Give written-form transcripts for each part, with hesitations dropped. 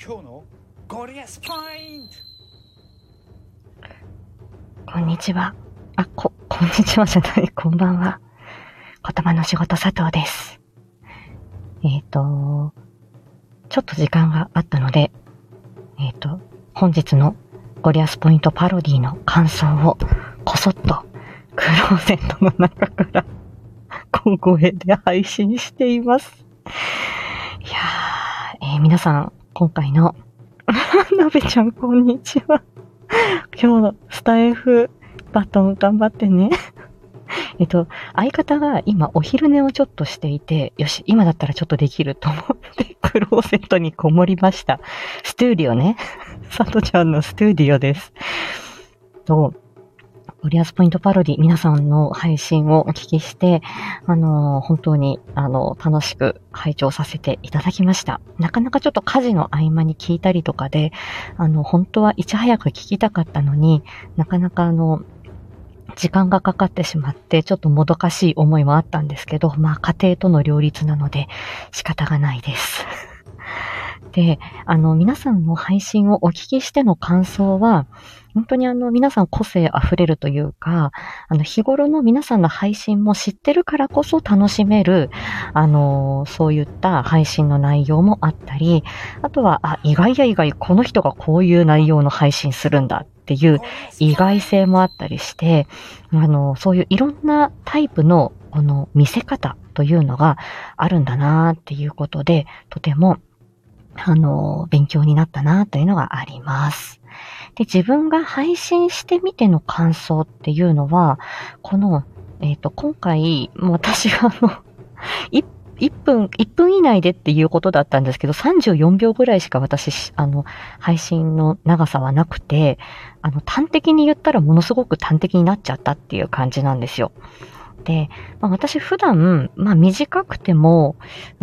今日のゴリアスポイント。 こんにちは。こんにちはじゃない、こんばんは。言葉の仕事佐藤です。ちょっと時間があったので、本日のゴリアスポイントパロディの感想をこそっとクローゼットの中から小声で配信しています。いや皆さん、今回のなべちゃんこんにちは。今日のスタイフバトン頑張ってね。相方が今お昼寝をちょっとしていて、よし、今だったらちょっとできると思ってクローゼットにこもりました。スタジオね。さとちゃんのスタジオです。ゴリアスポイントパロディ、皆さんの配信をお聞きして、本当に、楽しく拝聴させていただきました。なかなかちょっと家事の合間に聞いたりとかで、本当はいち早く聞きたかったのになかなか時間がかかってしまって、ちょっともどかしい思いもあったんですけど、家庭との両立なので仕方がないです。で、皆さんの配信をお聞きしての感想は、本当に皆さん個性あふれるというか、日頃の皆さんの配信も知ってるからこそ楽しめる、そういった配信の内容もあったり、あとは、意外や意外、この人がこういう内容の配信するんだっていう意外性もあったりして、そういういろんなタイプのこの見せ方というのがあるんだなっていうことで、とても勉強になったなというのがあります。で、自分が配信してみての感想っていうのは、この、今回、私が1分以内でっていうことだったんですけど、34秒ぐらいしか私、配信の長さはなくて、端的に言ったらものすごく端的になっちゃったっていう感じなんですよ。で、私普段、短くても、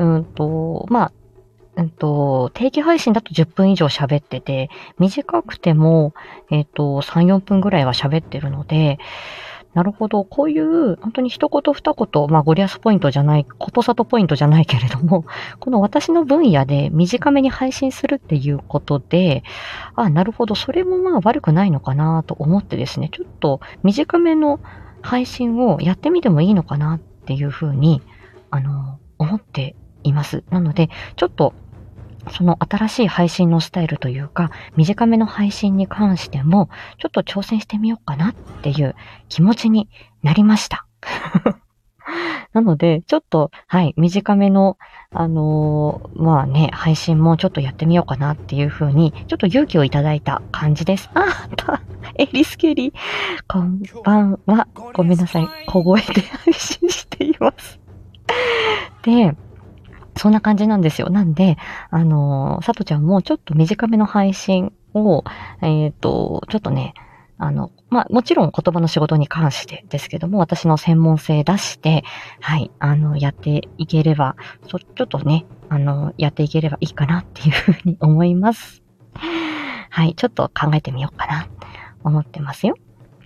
定期配信だと10分以上喋ってて、短くても、3、4分ぐらいは喋ってるので、なるほど、こういう、本当に一言二言、ゴリアスポイントじゃない、ことさとポイントじゃないけれども、この私の分野で短めに配信するっていうことで、なるほど、それも悪くないのかなと思ってですね、ちょっと短めの配信をやってみてもいいのかなっていうふうに、思っています。なので、ちょっと、その新しい配信のスタイルというか、短めの配信に関しても、ちょっと挑戦してみようかなっていう気持ちになりました。なので、ちょっと、短めの、配信もちょっとやってみようかなっていう風に、ちょっと勇気をいただいた感じです。エリスケリー、こんばんは。ごめんなさい。小声で配信しています。で、そんな感じなんですよ。なんで、さとちゃんもちょっと短めの配信を、ちょっとね、もちろん言葉の仕事に関してですけども、私の専門性出して、やっていければ、ちょっとね、やっていければいいかなっていうふうに思います。ちょっと考えてみようかな、思ってますよ。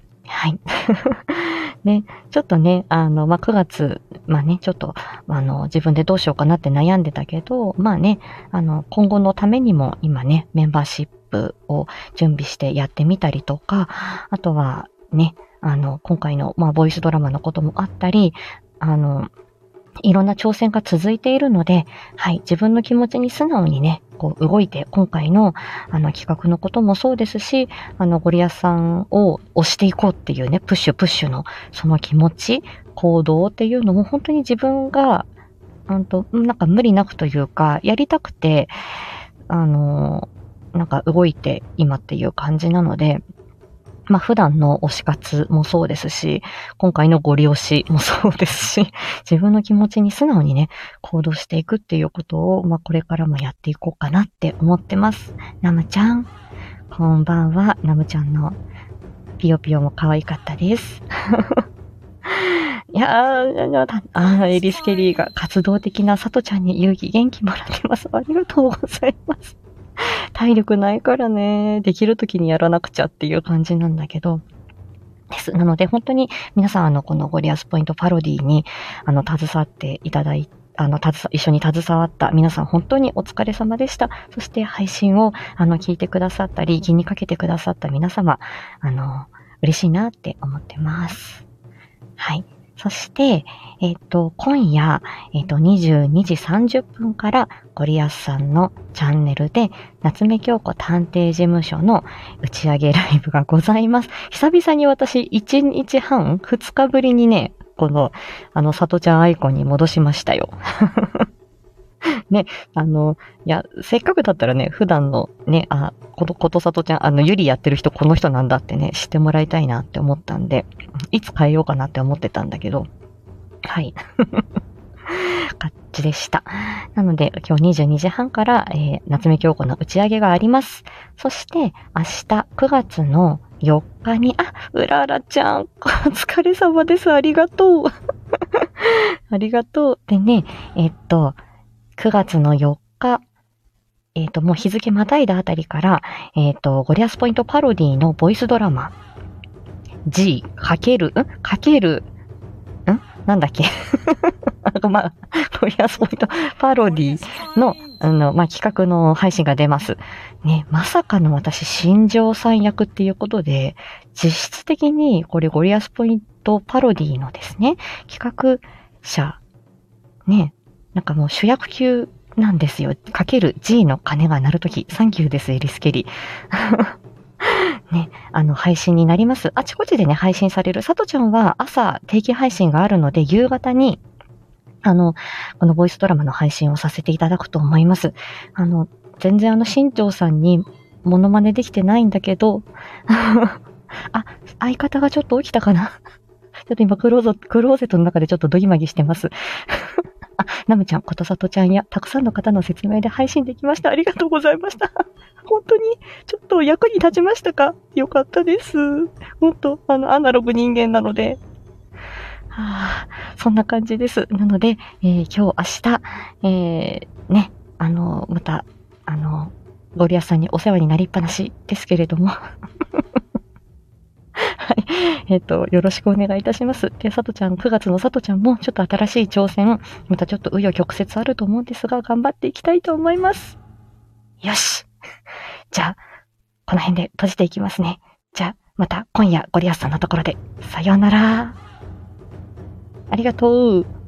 ね、ちょっとね、9月、ちょっと、自分でどうしようかなって悩んでたけど、今後のためにも今ね、メンバーシップを準備してやってみたりとか、あとはね、今回の、ボイスドラマのこともあったり、いろんな挑戦が続いているので、自分の気持ちに素直にね、こう動いて、今回の企画のこともそうですし、ゴリアスさんを押していこうっていうね、プッシュのその気持ち、行動っていうのも本当に自分が、なんか無理なくというか、やりたくて、なんか動いて今っていう感じなので、普段の推し活もそうですし、今回のゴリ推しもそうですし、自分の気持ちに素直にね、行動していくっていうことを、これからもやっていこうかなって思ってます。ナムちゃん、こんばんは。ナムちゃんのピヨピヨも可愛かったです。いやー、エリスケリーが活動的なサトちゃんに勇気元気もらってます。ありがとうございます。体力ないからね、できる時にやらなくちゃっていう感じなんだけど、です。なので本当に皆さんこのゴリアスポイントパロディに携わっていただい一緒に携わった皆さん本当にお疲れ様でした。そして配信を、聞いてくださったり、気にかけてくださった皆様、嬉しいなって思ってます。はい。そして、今夜、22時30分から、ゴリアスさんのチャンネルで、夏目京子探偵事務所の打ち上げライブがございます。久々に私、1日半、2日ぶりにね、この、さとちゃんアイコンに戻しましたよ。ね、いや、せっかくだったらね、普段のね、ことさとちゃん、ゆりやってる人この人なんだってね、知ってもらいたいなって思ったんで、いつ変えようかなって思ってたんだけど、はい。ガッチでした。なので、今日22時半から、夏目京子の打ち上げがあります。そして、明日9月の4日に、うららちゃん、お疲れ様です。ありがとう。ありがとう。でね、9月の4日、もう日付またいだあたりから、ゴリアスポイントパロディのボイスドラマ、G かける、なんだっけゴリアスポイントパロディの、企画の配信が出ます。ね、まさかの私、新庄さん役っていうことで、実質的にこれゴリアスポイントパロディのですね、企画者、ね、なんかもう主役級なんですよ。かける G の鐘が鳴るとき、サンキューです、エリスケリ。ね、配信になります。あちこちでね、配信される。さとちゃんは朝定期配信があるので、夕方に、このボイスドラマの配信をさせていただくと思います。全然新庄さんにモノマネできてないんだけど、相方がちょっと起きたかなちょっと今クローゼットの中でちょっとドギマギしてます。ナムちゃん、ことさとちゃんや、たくさんの方の説明で配信できました。ありがとうございました。本当に、ちょっと役に立ちましたか？よかったです。本当、アナログ人間なので。そんな感じです。なので、今日、明日、ね、また、ゴリアスさんにお世話になりっぱなしですけれども。はい。よろしくお願いいたします。で、さとちゃん、9月のさとちゃんも、ちょっと新しい挑戦、またちょっと紆余曲折あると思うんですが、頑張っていきたいと思います。よし。じゃあ、この辺で閉じていきますね。じゃあ、また今夜、ゴリアスさんのところで。さようなら。ありがとう。